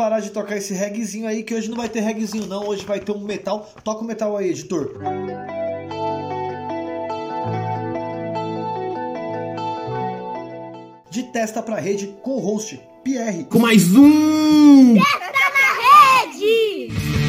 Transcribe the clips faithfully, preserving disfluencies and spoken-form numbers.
parar de tocar esse reguezinho aí, que hoje não vai ter reguezinho não, hoje vai ter um metal. Toca o metal aí, editor. De testa pra rede com o host Pierre. Com mais um! Testa na rede!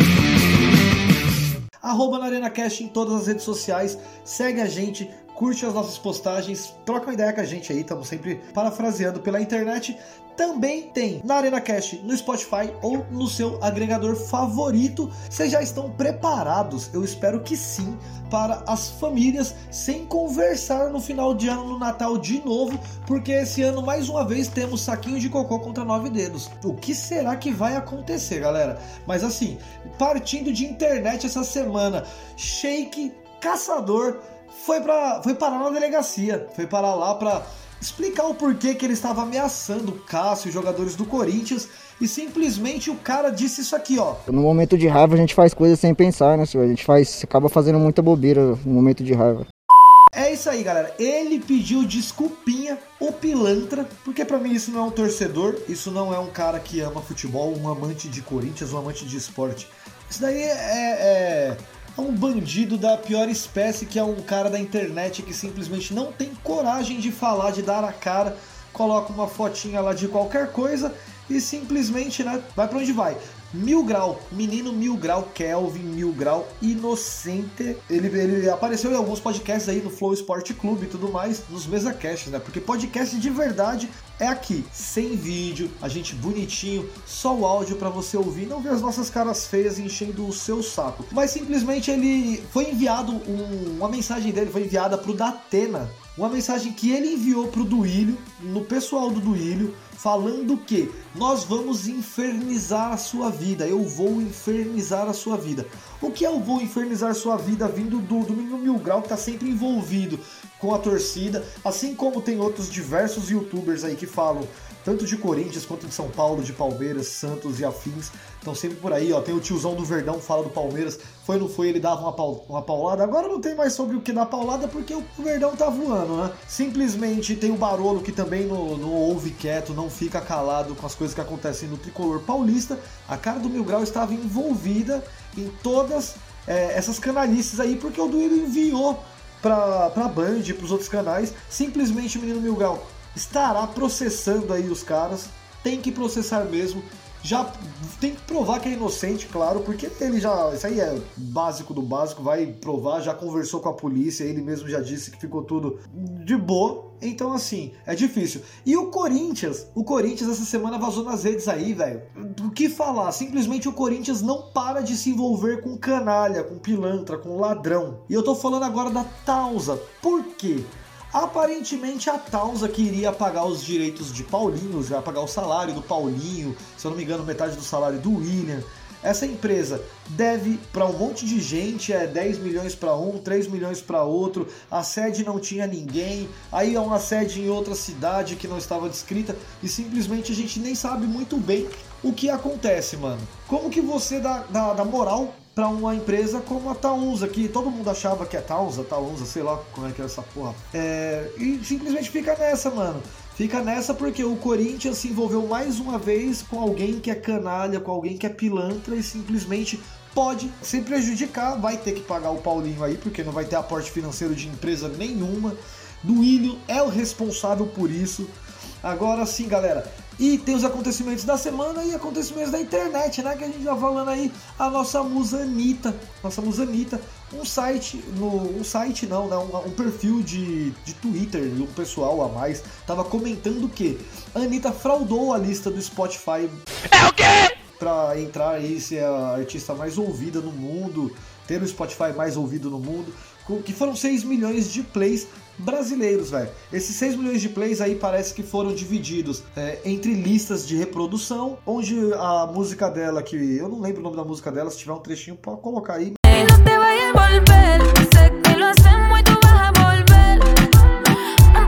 Arroba na ArenaCast em todas as redes sociais. Segue a gente, curte as nossas postagens, troca uma ideia com a gente aí, estamos sempre parafraseando pela internet. Também tem na ArenaCast no Spotify ou no seu agregador favorito. Vocês já estão preparados? Eu espero que sim, para as famílias sem conversar no final de ano, no Natal de novo, porque esse ano mais uma vez temos saquinho de cocô contra nove dedos. O que será que vai acontecer, galera? Mas assim, partindo de internet essa semana, Sheik Caçador foi, pra, foi parar na delegacia, foi parar lá para explicar o porquê que ele estava ameaçando o Cássio e os jogadores do Corinthians, e simplesmente o cara disse isso aqui, ó. No momento de raiva a gente faz coisas sem pensar, né, senhor? A gente faz, acaba fazendo muita bobeira no momento de raiva. É isso aí, galera. Ele pediu desculpinha, o pilantra, porque pra mim isso não é um torcedor, isso não é um cara que ama futebol, um amante de Corinthians, um amante de esporte. Isso daí é... é... É um bandido da pior espécie, que é um cara da internet que simplesmente não tem coragem de falar, de dar a cara, coloca uma fotinha lá de qualquer coisa e simplesmente, né, vai pra onde vai. Mil Grau, menino Mil Grau, Kelvin Mil Grau, inocente. Ele, ele apareceu em alguns podcasts aí no Flow Sport Clube e tudo mais, nos MesaCasts, né? Porque podcast de verdade é aqui, sem vídeo, a gente bonitinho, só o áudio pra você ouvir, não ver as nossas caras feias enchendo o seu saco. Mas simplesmente ele foi enviado, um, uma mensagem dele foi enviada pro Datena, uma mensagem que ele enviou pro Duílio, no pessoal do Duílio, falando que nós vamos infernizar a sua vida, eu vou infernizar a sua vida. O que eu vou infernizar a sua vida vindo do, do menino Mil Grau, que tá sempre envolvido com a torcida, assim como tem outros diversos youtubers aí que falam tanto de Corinthians quanto de São Paulo, de Palmeiras, Santos e afins, estão sempre por aí, ó. Tem o tiozão do Verdão, fala do Palmeiras, foi ou não foi, ele dava uma, paul uma paulada, agora não tem mais sobre o que dar paulada porque o Verdão tá voando, né? Simplesmente tem o Barolo, que também não, não ouve quieto, não fica calado com as coisas que acontecem no tricolor paulista. A cara do Mil Grau estava envolvida em todas é, essas canalices aí, porque o Duílio enviou pra, pra Band, pros outros canais, simplesmente o menino Mil Grau estará processando aí os caras, tem que processar mesmo, já tem que provar que é inocente, claro, porque ele já, isso aí é básico do básico, vai provar, já conversou com a polícia, ele mesmo já disse que ficou tudo de boa, então assim, é difícil. E o Corinthians, o Corinthians essa semana vazou nas redes aí, velho, o que falar, simplesmente o Corinthians não para de se envolver com canalha, com pilantra, com ladrão, e eu tô falando agora da Tausa, por quê? Aparentemente a Tausa queria pagar os direitos de Paulinho, já pagar o salário do Paulinho, se eu não me engano metade do salário do William. Essa empresa deve para um monte de gente, é dez milhões para um, três milhões para outro, a sede não tinha ninguém, aí é uma sede em outra cidade que não estava descrita e simplesmente a gente nem sabe muito bem o que acontece, mano. Como que você dá, dá, dá moral para uma empresa como a Tausa, que todo mundo achava que é Tausa, Tausa, sei lá como é que é essa porra. É, e simplesmente fica nessa, mano. Fica nessa porque o Corinthians se envolveu mais uma vez com alguém que é canalha, com alguém que é pilantra e simplesmente pode se prejudicar. Vai ter que pagar o Paulinho aí, porque não vai ter aporte financeiro de empresa nenhuma. Duílio é o responsável por isso. Agora sim, galera. E tem os acontecimentos da semana e acontecimentos da internet, né? Que a gente tá falando aí, a nossa musa Anitta. Nossa musa Anitta, um site, no, um site não, né? Um, um perfil de, de Twitter, um pessoal a mais, tava comentando que a Anitta fraudou a lista do Spotify. É o quê? Pra entrar aí, ser a artista mais ouvida no mundo, ter o Spotify mais ouvido no mundo, que foram seis milhões de plays brasileiros, velho. Esses seis milhões de plays aí parece que foram divididos é, entre listas de reprodução, onde a música dela, que eu não lembro o nome da música dela, se tiver um trechinho pode colocar aí.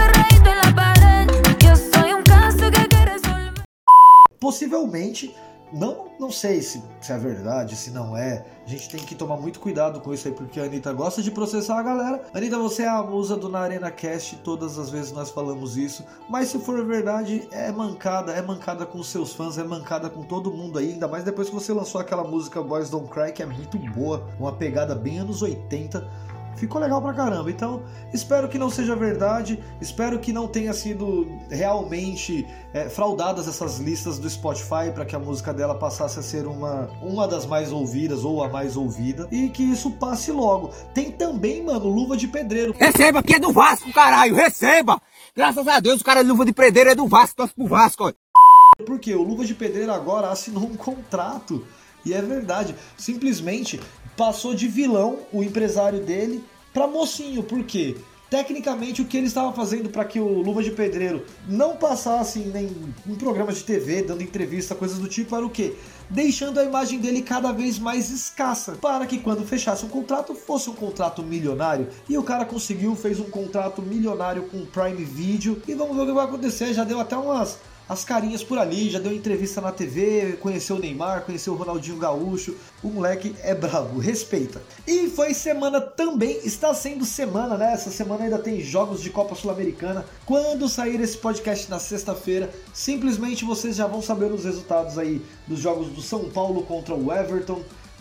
Possivelmente não, não sei se, se é verdade, se não é. A gente tem que tomar muito cuidado com isso aí, porque a Anitta gosta de processar a galera. Anitta, você é a musa do Na Arena Cast, todas as vezes nós falamos isso. Mas se for verdade, é mancada, é mancada com seus fãs, é mancada com todo mundo aí. Ainda mais depois que você lançou aquela música Boys Don't Cry, que é muito boa, uma pegada bem anos oitenta. Ficou legal pra caramba, então espero que não seja verdade, espero que não tenha sido realmente é, fraudadas essas listas do Spotify para que a música dela passasse a ser uma, uma das mais ouvidas ou a mais ouvida e que isso passe logo. Tem também, mano, Luva de Pedreiro. Receba, que é do Vasco, caralho, receba! Graças a Deus o cara de Luva de Pedreiro é do Vasco, torce pro Vasco. Porque o Luva de Pedreiro agora assinou um contrato, e é verdade, simplesmente passou de vilão o empresário dele pra mocinho. Por quê? Tecnicamente o que ele estava fazendo para que o Luva de Pedreiro não passasse nem em programas de T V, dando entrevista, coisas do tipo, era o quê? Deixando a imagem dele cada vez mais escassa, para que quando fechasse um contrato, fosse um contrato milionário. E o cara conseguiu, fez um contrato milionário com o Prime Video, e vamos ver o que vai acontecer. Já deu até umas as carinhas por ali, já deu entrevista na T V, conheceu o Neymar, conheceu o Ronaldinho Gaúcho, o moleque é brabo, respeita. E foi semana também, está sendo semana, né? Essa semana ainda tem jogos de Copa Sul-Americana. Quando sair esse podcast na sexta-feira, simplesmente vocês já vão saber os resultados aí dos jogos do São Paulo contra o Everton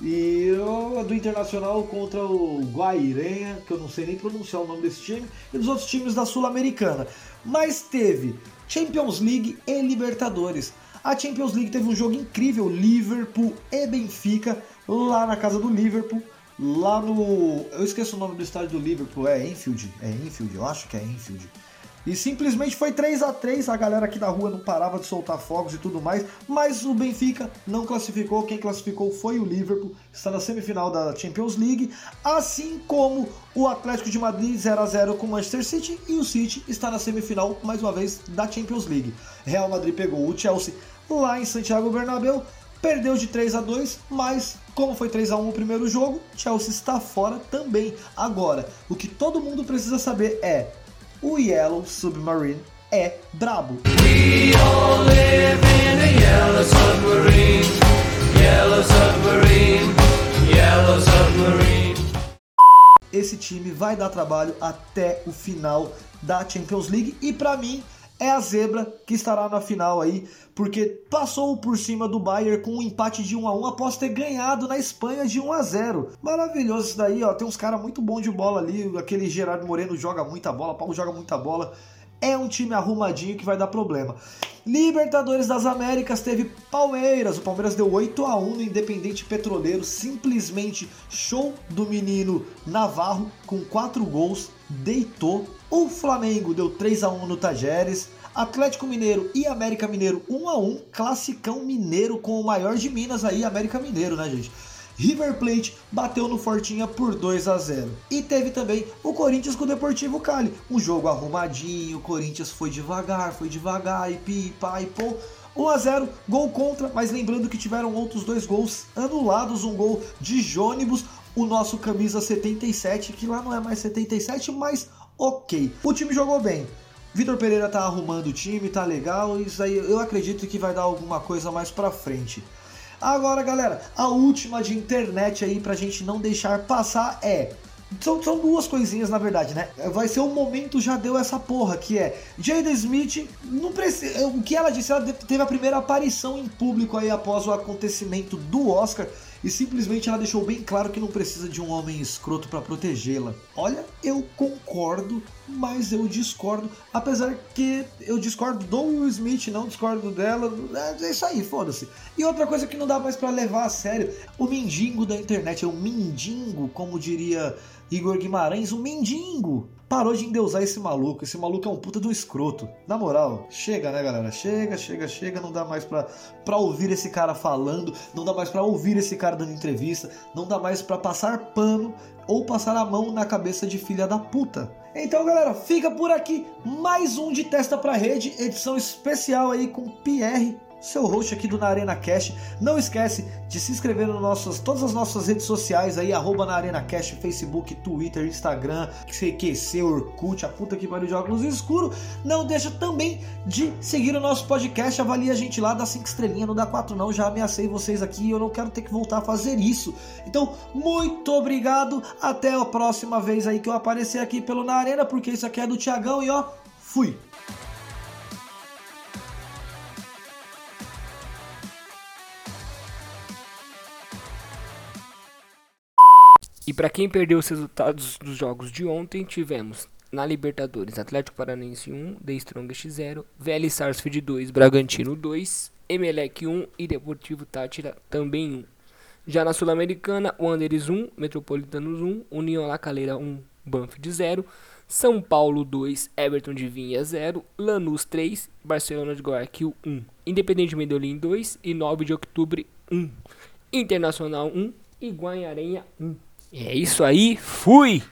e do Internacional contra o Guairenha, que eu não sei nem pronunciar o nome desse time, e dos outros times da Sul-Americana. Mas teve Champions League e Libertadores. A Champions League teve um jogo incrível, Liverpool e Benfica, lá na casa do Liverpool, lá no... eu esqueço o nome do estádio do Liverpool, é Anfield, é Anfield, eu acho que é Anfield. E simplesmente foi três a três, a galera aqui da rua não parava de soltar fogos e tudo mais, mas o Benfica não classificou, quem classificou foi o Liverpool, está na semifinal da Champions League, assim como o Atlético de Madrid zero a zero com o Manchester City, e o City está na semifinal, mais uma vez, da Champions League. Real Madrid pegou o Chelsea lá em Santiago Bernabéu, perdeu de três a dois, mas como foi três a um o primeiro jogo, Chelsea está fora também. Agora, o que todo mundo precisa saber é: o Yellow Submarine é brabo. We all live in a yellow submarine, yellow submarine, yellow submarine. Esse time vai dar trabalho até o final da Champions League e pra mim é a zebra que estará na final aí, porque passou por cima do Bayern com um empate de um a um após ter ganhado na Espanha de um a zero. Maravilhoso isso daí, ó. Tem uns caras muito bons de bola ali, aquele Gerardo Moreno joga muita bola, Paulo joga muita bola. É um time arrumadinho que vai dar problema. Libertadores das Américas teve Palmeiras. O Palmeiras deu oito a um no Independente Petroleiro. Simplesmente show do menino Navarro com quatro gols. Deitou. O Flamengo deu três a um no Tajeres. Atlético Mineiro e América Mineiro um a um. Classicão mineiro com o maior de Minas aí, América Mineiro, né, gente? River Plate bateu no Fortinha por dois a zero. E teve também o Corinthians com o Deportivo Cali. Um jogo arrumadinho, o Corinthians foi devagar, foi devagar, e pi, pá, e pô. um a zero, gol contra, mas lembrando que tiveram outros dois gols anulados. Um gol de Jônibus, o nosso camisa setenta e sete, que lá não é mais setenta e sete, mas ok. O time jogou bem. Vitor Pereira tá arrumando o time, tá legal. Isso aí eu acredito que vai dar alguma coisa mais pra frente. Agora, galera, a última de internet aí pra gente não deixar passar é... São, são duas coisinhas, na verdade, né? Vai ser o momento já deu essa porra, que é... Jada Smith, não precisa... O que ela disse, ela teve a primeira aparição em público aí após o acontecimento do Oscar... E simplesmente ela deixou bem claro que não precisa de um homem escroto pra protegê-la. Olha, eu concordo, mas eu discordo. Apesar que eu discordo do Will Smith, não discordo dela. É isso aí, foda-se. E outra coisa que não dá mais pra levar a sério. O mendigo da internet, é o mendigo, como diria Igor Guimarães, o mendigo. Parou de endeusar esse maluco. Esse maluco é um puta do escroto. Na moral, chega, né, galera? Chega, chega, chega. Não dá mais pra, pra ouvir esse cara falando. Não dá mais pra ouvir esse cara dando entrevista. Não dá mais pra passar pano ou passar a mão na cabeça de filha da puta. Então, galera, fica por aqui mais um de Testa Pra Rede. Edição especial aí com Pierre. seu host aqui do Na Arena Cast. Não esquece de se inscrever nas nossas, todas as nossas redes sociais aí, arroba Na Arena Cast, Facebook, Twitter, Instagram, C Q C, Orkut, a puta que pariu de óculos escuro. Não deixa também de seguir o nosso podcast, avalie a gente lá, dá cinco estrelinhas, não dá quatro não, já ameacei vocês aqui e eu não quero ter que voltar a fazer isso. Então, muito obrigado, até a próxima vez aí que eu aparecer aqui pelo Na Arena, porque isso aqui é do Thiagão e ó, fui! E para quem perdeu os resultados dos jogos de ontem, tivemos na Libertadores Atlético Paranaense um, The Strongest zero, V L Sarsfield dois, Bragantino dois, Emelec um e Deportivo Táchira também um. Já na Sul-Americana, Wanderers um, Metropolitanos um, União La Calera um, Banfield zero, São Paulo dois, Everton de Vinha zero, Lanús três, Barcelona de Guayaquil um, Independente Medellín dois e nove de outubro um, Internacional um e Guanharenha um. É isso aí, fui!